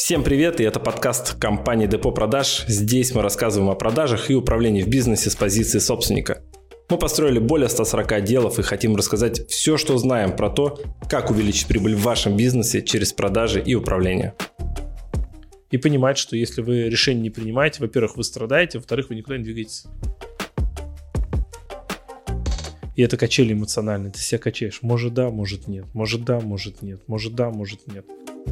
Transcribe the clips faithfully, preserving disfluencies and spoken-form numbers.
Всем привет, и это подкаст компании Депо Продаж. Здесь мы рассказываем о продажах и управлении в бизнесе с позиции собственника. Мы построили более ста сорока отделов и хотим рассказать все, что знаем про то, как увеличить прибыль в вашем бизнесе через продажи и управление. И понимать, что если вы решение не принимаете, во-первых, вы страдаете, во-вторых, вы никуда не двигаетесь. И это качели эмоциональные, ты себя качаешь. Может да, может нет, может да, может нет, может да, может нет.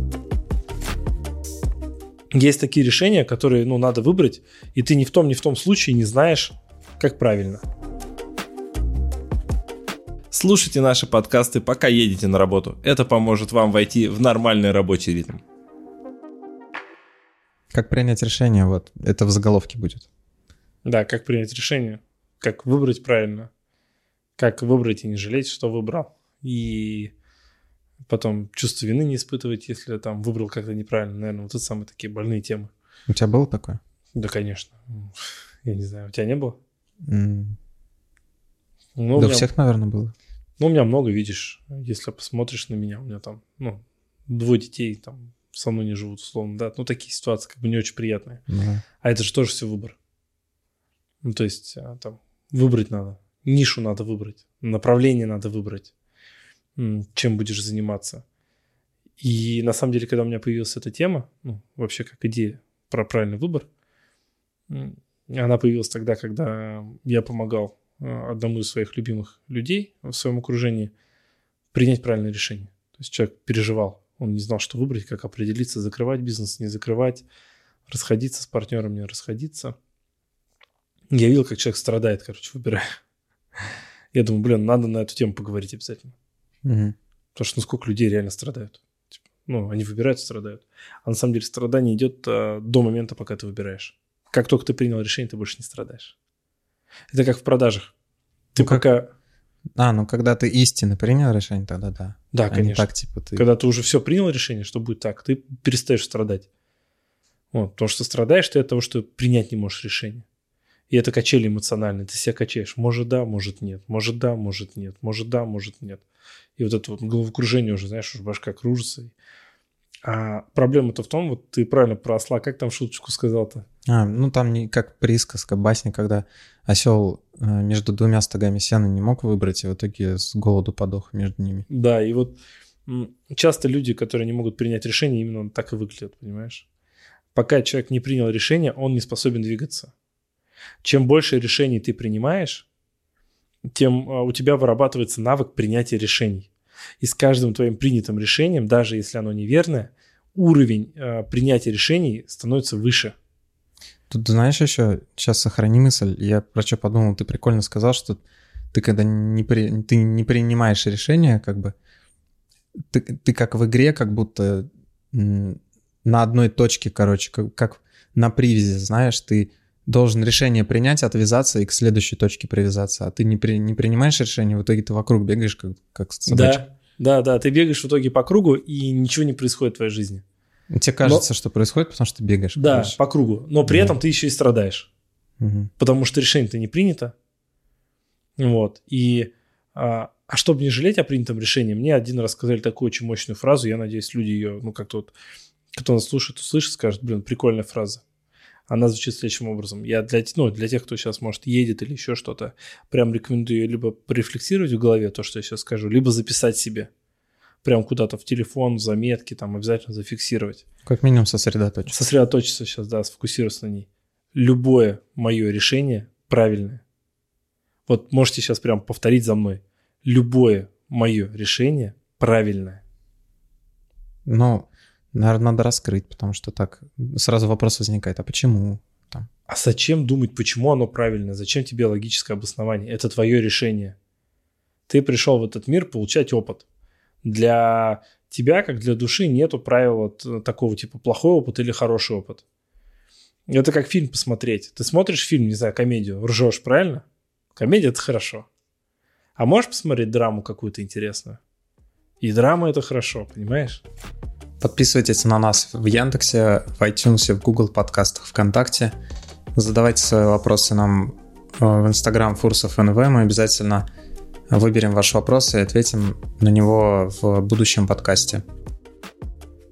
Есть такие решения, которые, ну, надо выбрать, и ты ни в том, ни в том случае не знаешь, как правильно. Слушайте наши подкасты, пока едете на работу. Это поможет вам войти в нормальный рабочий ритм. Как принять решение, вот, это в заголовке будет. Да, как принять решение, как выбрать правильно, как выбрать и не жалеть, что выбрал. И потом чувство вины не испытывать, если там выбрал как-то неправильно. Наверное, вот это самые такие больные темы. У тебя было такое? Да, конечно. Я не знаю, у тебя не было? Mm. Ну, да у меня... всех, наверное, было. Ну, у меня много, видишь, если посмотришь на меня, у меня там, ну, двое детей там со мной не живут, условно, да. Ну, такие ситуации как бы не очень приятные. Mm. А это же тоже все выбор. Ну, то есть там выбрать надо, нишу надо выбрать, направление надо выбрать, чем будешь заниматься. И на самом деле, когда у меня появилась эта тема, ну, вообще как идея про правильный выбор, она появилась тогда, когда я помогал одному из своих любимых людей в своем окружении принять правильное решение. То есть человек переживал, он не знал, что выбрать, как определиться, закрывать бизнес, не закрывать, расходиться с партнером, не расходиться. Я видел, как человек страдает, короче, выбирая. Я думаю, блин, надо на эту тему поговорить обязательно. Угу. Потому что ну сколько людей реально страдают. Типа, ну, они выбирают, страдают. А на самом деле страдание идет а, до момента, пока ты выбираешь. Как только ты принял решение, ты больше не страдаешь. Это как в продажах. Ты ну, пока... Как... А, ну когда ты истинно принял решение, тогда да. Да, а конечно. Так, типа, ты... Когда ты уже все принял решение, что будет так, ты перестаешь страдать. Вот, потому что страдаешь ты от того, что принять не можешь решение. И это качели эмоциональные, ты себя качаешь. Может да, может нет, может да, может нет, может да, может нет. И вот это вот головокружение уже, знаешь, уже башка кружится. А проблема-то в том, вот ты правильно про осла, как там шуточку сказал-то? А, ну там не как присказка, басня, когда осел между двумя стогами сена не мог выбрать, и в итоге с голоду подох между ними. Да, и вот часто люди, которые не могут принять решение, именно так и выглядят, понимаешь? Пока человек не принял решение, он не способен двигаться. Чем больше решений ты принимаешь, тем у тебя вырабатывается навык принятия решений. И с каждым твоим принятым решением, даже если оно неверное, уровень э, принятия решений становится выше. Тут, знаешь, еще, сейчас сохрани мысль, я про что подумал, ты прикольно сказал, что ты когда не, при, ты не принимаешь решения, как бы, ты, ты как в игре, как будто м, на одной точке, короче, как, как на привязи, знаешь, ты должен решение принять, отвязаться и к следующей точке привязаться. А ты не, при, не принимаешь решение, в итоге ты вокруг бегаешь, как, как собачка. Да, да, да, ты бегаешь в итоге по кругу, и ничего не происходит в твоей жизни. Тебе кажется, Но... что происходит, потому что ты бегаешь. Да, короче. по кругу. Но при да. этом ты еще и страдаешь. Угу. Потому что решение-то не принято. Вот. И, а, а чтобы не жалеть о принятом решении, мне один раз сказали такую очень мощную фразу. Я надеюсь, люди ее, ну, как-то вот, кто нас слушает, услышит, скажет, блин, прикольная фраза. Она звучит следующим образом. Я для, ну, для тех, кто сейчас, может, едет или еще что-то, прям рекомендую либо порефлексировать в голове то, что я сейчас скажу, либо записать себе. Прям куда-то в телефон, в заметки, там обязательно зафиксировать. Как минимум сосредоточиться. Сосредоточиться сейчас, да, сфокусироваться на ней. Любое мое решение правильное. Вот можете сейчас прям повторить за мной. Любое мое решение правильное. Ну... Наверное, надо раскрыть, потому что так сразу вопрос возникает, а почему? Там? А зачем думать, почему оно правильно? Зачем тебе логическое обоснование? Это твое решение. Ты пришел в этот мир получать опыт. Для тебя, как для души, нету правила такого типа плохой опыт или хороший опыт. Это как фильм посмотреть. Ты смотришь фильм, не знаю, комедию, ржешь, правильно? Комедия – это хорошо. А можешь посмотреть драму какую-то интересную? И драма – это хорошо, понимаешь? Подписывайтесь на нас в Яндексе, в iTunes, в Google подкастах, ВКонтакте. Задавайте свои вопросы нам в Instagram Фурсов эн вэ. Мы обязательно выберем ваш вопрос и ответим на него в будущем подкасте.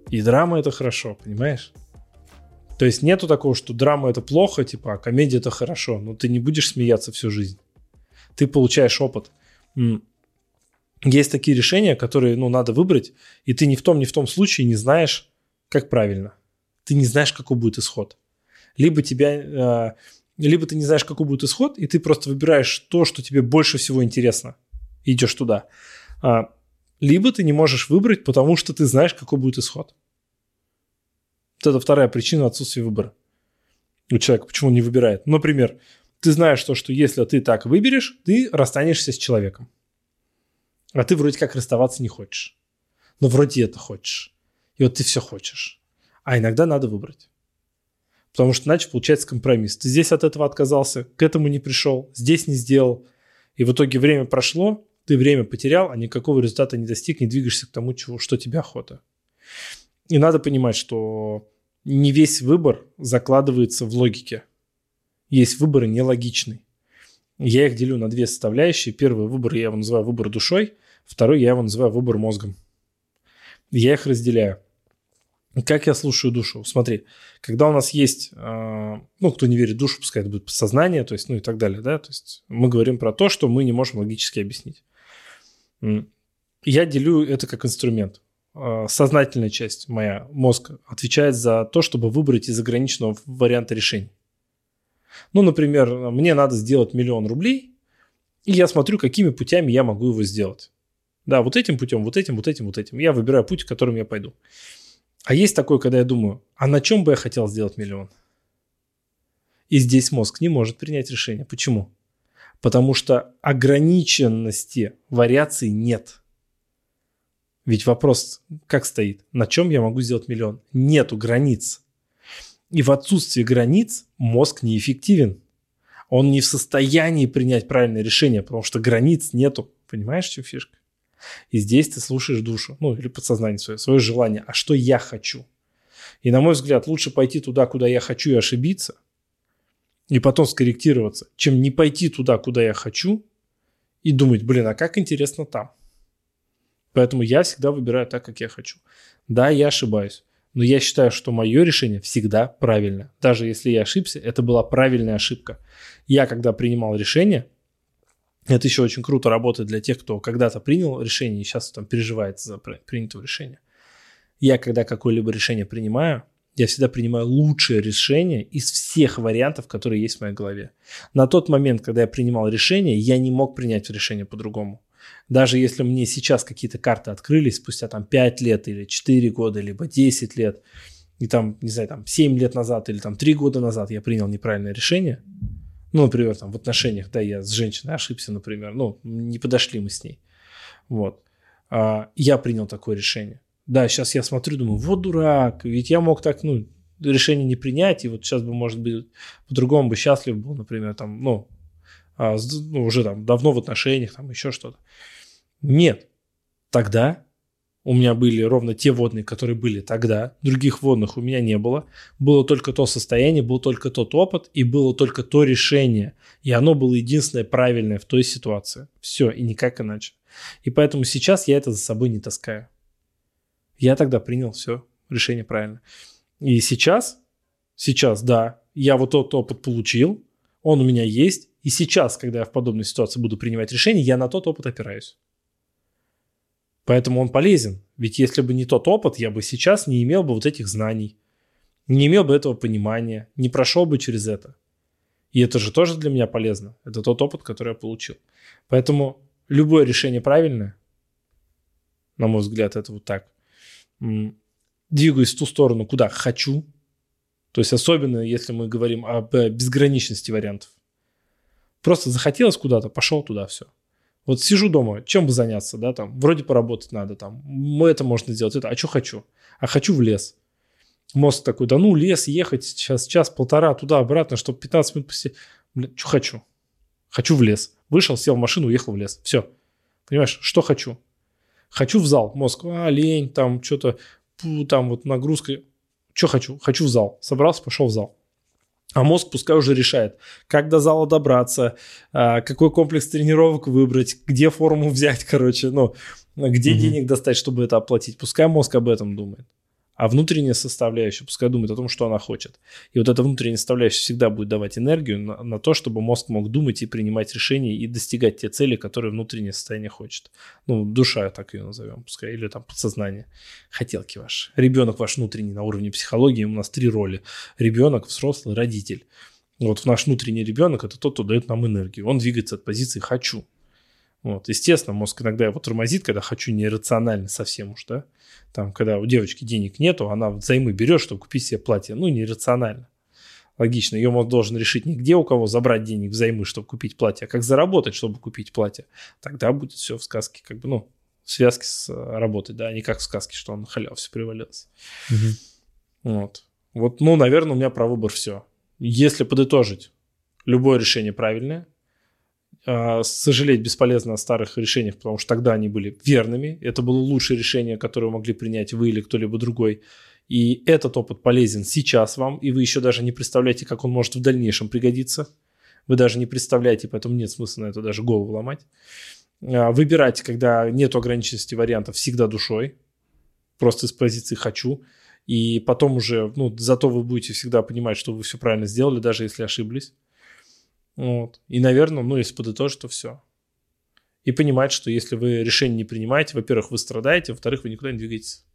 И драма — это хорошо, понимаешь? То есть нету такого, что драма — это плохо, типа, а комедия — это хорошо. Но ты не будешь смеяться всю жизнь. Ты получаешь опыт. Есть такие решения, которые, ну, надо выбрать, и ты ни в том, ни в том случае не знаешь, как правильно. Ты не знаешь, какой будет исход. Либо тебя... Либо ты не знаешь, какой будет исход, и ты просто выбираешь то, что тебе больше всего интересно, и идешь туда. Либо ты не можешь выбрать, потому что ты знаешь, какой будет исход. Вот это вторая причина отсутствия выбора у человека, почему он не выбирает. Например, ты знаешь то, что если ты так выберешь, ты расстанешься с человеком. А ты вроде как расставаться не хочешь. Но вроде это хочешь. И вот ты все хочешь. А иногда надо выбрать. Потому что иначе получается компромисс. Ты здесь от этого отказался, к этому не пришел, здесь не сделал. И в итоге время прошло, ты время потерял, а никакого результата не достиг, не двигаешься к тому, чего, что тебе охота. И надо понимать, что не весь выбор закладывается в логике. Есть выборы нелогичные. Я их делю на две составляющие. Первый выбор я его называю выбор душой, второй я его называю выбор мозгом. Я их разделяю. Как я слушаю душу? Смотри, когда у нас есть, э, ну, кто не верит в душу, пускай это будет подсознание, то есть, ну и так далее, да, то есть мы говорим про то, что мы не можем логически объяснить. Я делю это как инструмент. Э, сознательная часть моя, мозг, отвечает за то, чтобы выбрать из ограниченного варианта решений. Ну, например, мне надо сделать миллион рублей, и я смотрю, какими путями я могу его сделать. Да, вот этим путем, вот этим, вот этим, вот этим. Я выбираю путь, которым я пойду. А есть такое, когда я думаю, а на чем бы я хотел сделать миллион? И здесь мозг не может принять решение. Почему? Потому что ограниченности вариаций нет. Ведь вопрос как стоит? На чем я могу сделать миллион? Нету границ. И в отсутствии границ мозг неэффективен. Он не в состоянии принять правильное решение, потому что границ нету. Понимаешь, в чем фишка? И здесь ты слушаешь душу, ну или подсознание свое, свое желание. А что я хочу? И на мой взгляд, лучше пойти туда, куда я хочу, и ошибиться, и потом скорректироваться, чем не пойти туда, куда я хочу, и думать, блин, а как интересно там. Поэтому я всегда выбираю так, как я хочу. Да, я ошибаюсь, но я считаю, что мое решение всегда правильно. Даже если я ошибся, это была правильная ошибка. Я, когда принимал решение, это еще очень круто работает для тех, кто когда-то принял решение и сейчас там переживает за принятое решение. Я, когда какое-либо решение принимаю, я всегда принимаю лучшее решение из всех вариантов, которые есть в моей голове. На тот момент, когда я принимал решение, я не мог принять решение по-другому. Даже если мне сейчас какие-то карты открылись спустя там пять лет или четыре года, либо десять лет, и там, не знаю, там семь лет назад или там три года назад я принял неправильное решение, ну, например, там в отношениях, да, я с женщиной ошибся, например, ну, не подошли мы с ней, вот, а, я принял такое решение. Да, сейчас я смотрю, думаю, вот дурак, ведь я мог так, ну, решение не принять, и вот сейчас бы, может быть, по-другому бы счастлив был, например, там, ну, а, ну, уже там давно в отношениях, там еще что-то. Нет, тогда у меня были ровно те водные, которые были тогда, других водных у меня не было, было только то состояние, был только тот опыт, и было только то решение, и оно было единственное правильное в той ситуации. Все, и никак иначе. И поэтому сейчас я это за собой не таскаю. Я тогда принял все, решение правильно. И сейчас, сейчас, да, я вот тот опыт получил, он у меня есть, и сейчас, когда я в подобной ситуации буду принимать решение, я на тот опыт опираюсь. Поэтому он полезен. Ведь если бы не тот опыт, я бы сейчас не имел бы вот этих знаний, не имел бы этого понимания, не прошел бы через это. И это же тоже для меня полезно. Это тот опыт, который я получил. Поэтому любое решение правильное, на мой взгляд, это вот так. Двигаюсь в ту сторону, куда хочу. То есть особенно, если мы говорим об безграничности вариантов. Просто захотелось куда-то, пошел туда, все. Вот сижу дома, чем бы заняться, да, там, вроде поработать надо, там, это можно сделать, это, а что хочу? А хочу в лес. Мозг такой, да ну, лес, ехать сейчас час-полтора туда-обратно, чтобы пятнадцать минут посидеть. Блин, что хочу? Хочу в лес. Вышел, сел в машину, уехал в лес. Все. Понимаешь, что хочу? Хочу в зал. Мозг, а, лень, там, что-то, там, вот нагрузка. Что хочу? Хочу в зал. Собрался, пошел в зал. А мозг пускай уже решает, как до зала добраться, какой комплекс тренировок выбрать, где форму взять, короче, ну, где mm-hmm. денег достать, чтобы это оплатить. Пускай мозг об этом думает. А внутренняя составляющая пускай думает о том, что она хочет. И вот эта внутренняя составляющая всегда будет давать энергию на, на то, чтобы мозг мог думать и принимать решения и достигать те цели, которые внутреннее состояние хочет. Ну, душа, так ее назовем, пускай, или там подсознание. Хотелки ваши. Ребенок ваш внутренний на уровне психологии, у нас три роли. Ребенок, взрослый, родитель. Вот наш внутренний ребенок – это тот, кто дает нам энергию. Он двигается от позиции «хочу». Вот. Естественно, мозг иногда его тормозит, когда «хочу» нерационально совсем уж, да. Там, когда у девочки денег нету, она взаймы берет, чтобы купить себе платье. Ну, нерационально. Логично. Ее мозг должен решить не где у кого забрать денег взаймы, чтобы купить платье, а как заработать, чтобы купить платье. Тогда будет все в сказке, как бы, ну, в связке с работой, да, а не как в сказке, что он на халяву все привалилось. Угу. Вот. Вот, ну, наверное, у меня про выбор все. Если подытожить, любое решение правильное. Сожалеть бесполезно о старых решениях, потому что тогда они были верными. Это было лучшее решение, которое могли принять вы или кто-либо другой. И этот опыт полезен сейчас вам, и вы еще даже не представляете, как он может в дальнейшем пригодиться. Вы даже не представляете, поэтому нет смысла на это даже голову ломать. Выбирать, когда нет ограниченности вариантов, всегда душой. Просто из позиции «хочу». И потом уже, ну, зато вы будете всегда понимать, что вы все правильно сделали, даже если ошиблись. Вот. И, наверное, ну, если подытожить, то все. И понимать, что если вы решение не принимаете, во-первых, вы страдаете, во-вторых, вы никуда не двигаетесь.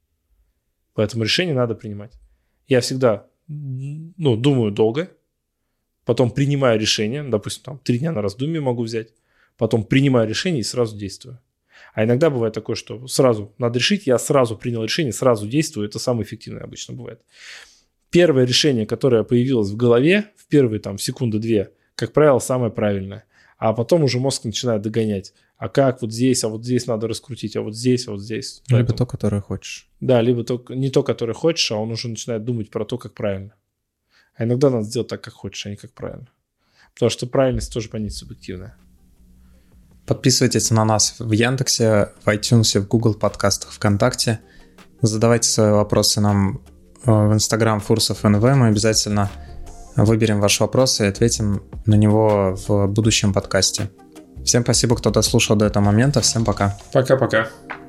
Поэтому решение надо принимать. Я всегда, ну, думаю долго, потом принимаю решение, допустим, там, три дня на раздумье могу взять, потом принимаю решение и сразу действую. А иногда бывает такое, что сразу надо решить, я сразу принял решение, сразу действую, это самое эффективное обычно бывает. Первое решение, которое появилось в голове, в первые там секунды-две, как правило, самое правильное. А потом уже мозг начинает догонять. А как вот здесь, а вот здесь надо раскрутить, а вот здесь, а вот здесь. Либо Поэтому... то, которое хочешь. Да, либо то, не то, которое хочешь, а он уже начинает думать про то, как правильно. А иногда надо сделать так, как хочешь, а не как правильно. Потому что правильность тоже понятие субъективное. Подписывайтесь на нас в Яндексе, в iTunes, в Google подкастах, ВКонтакте. Задавайте свои вопросы нам в Instagram Фурсов эн вэ. Мы обязательно выберем ваш вопрос и ответим на него в будущем подкасте. Всем спасибо, кто дослушал до этого момента. Всем пока. Пока-пока.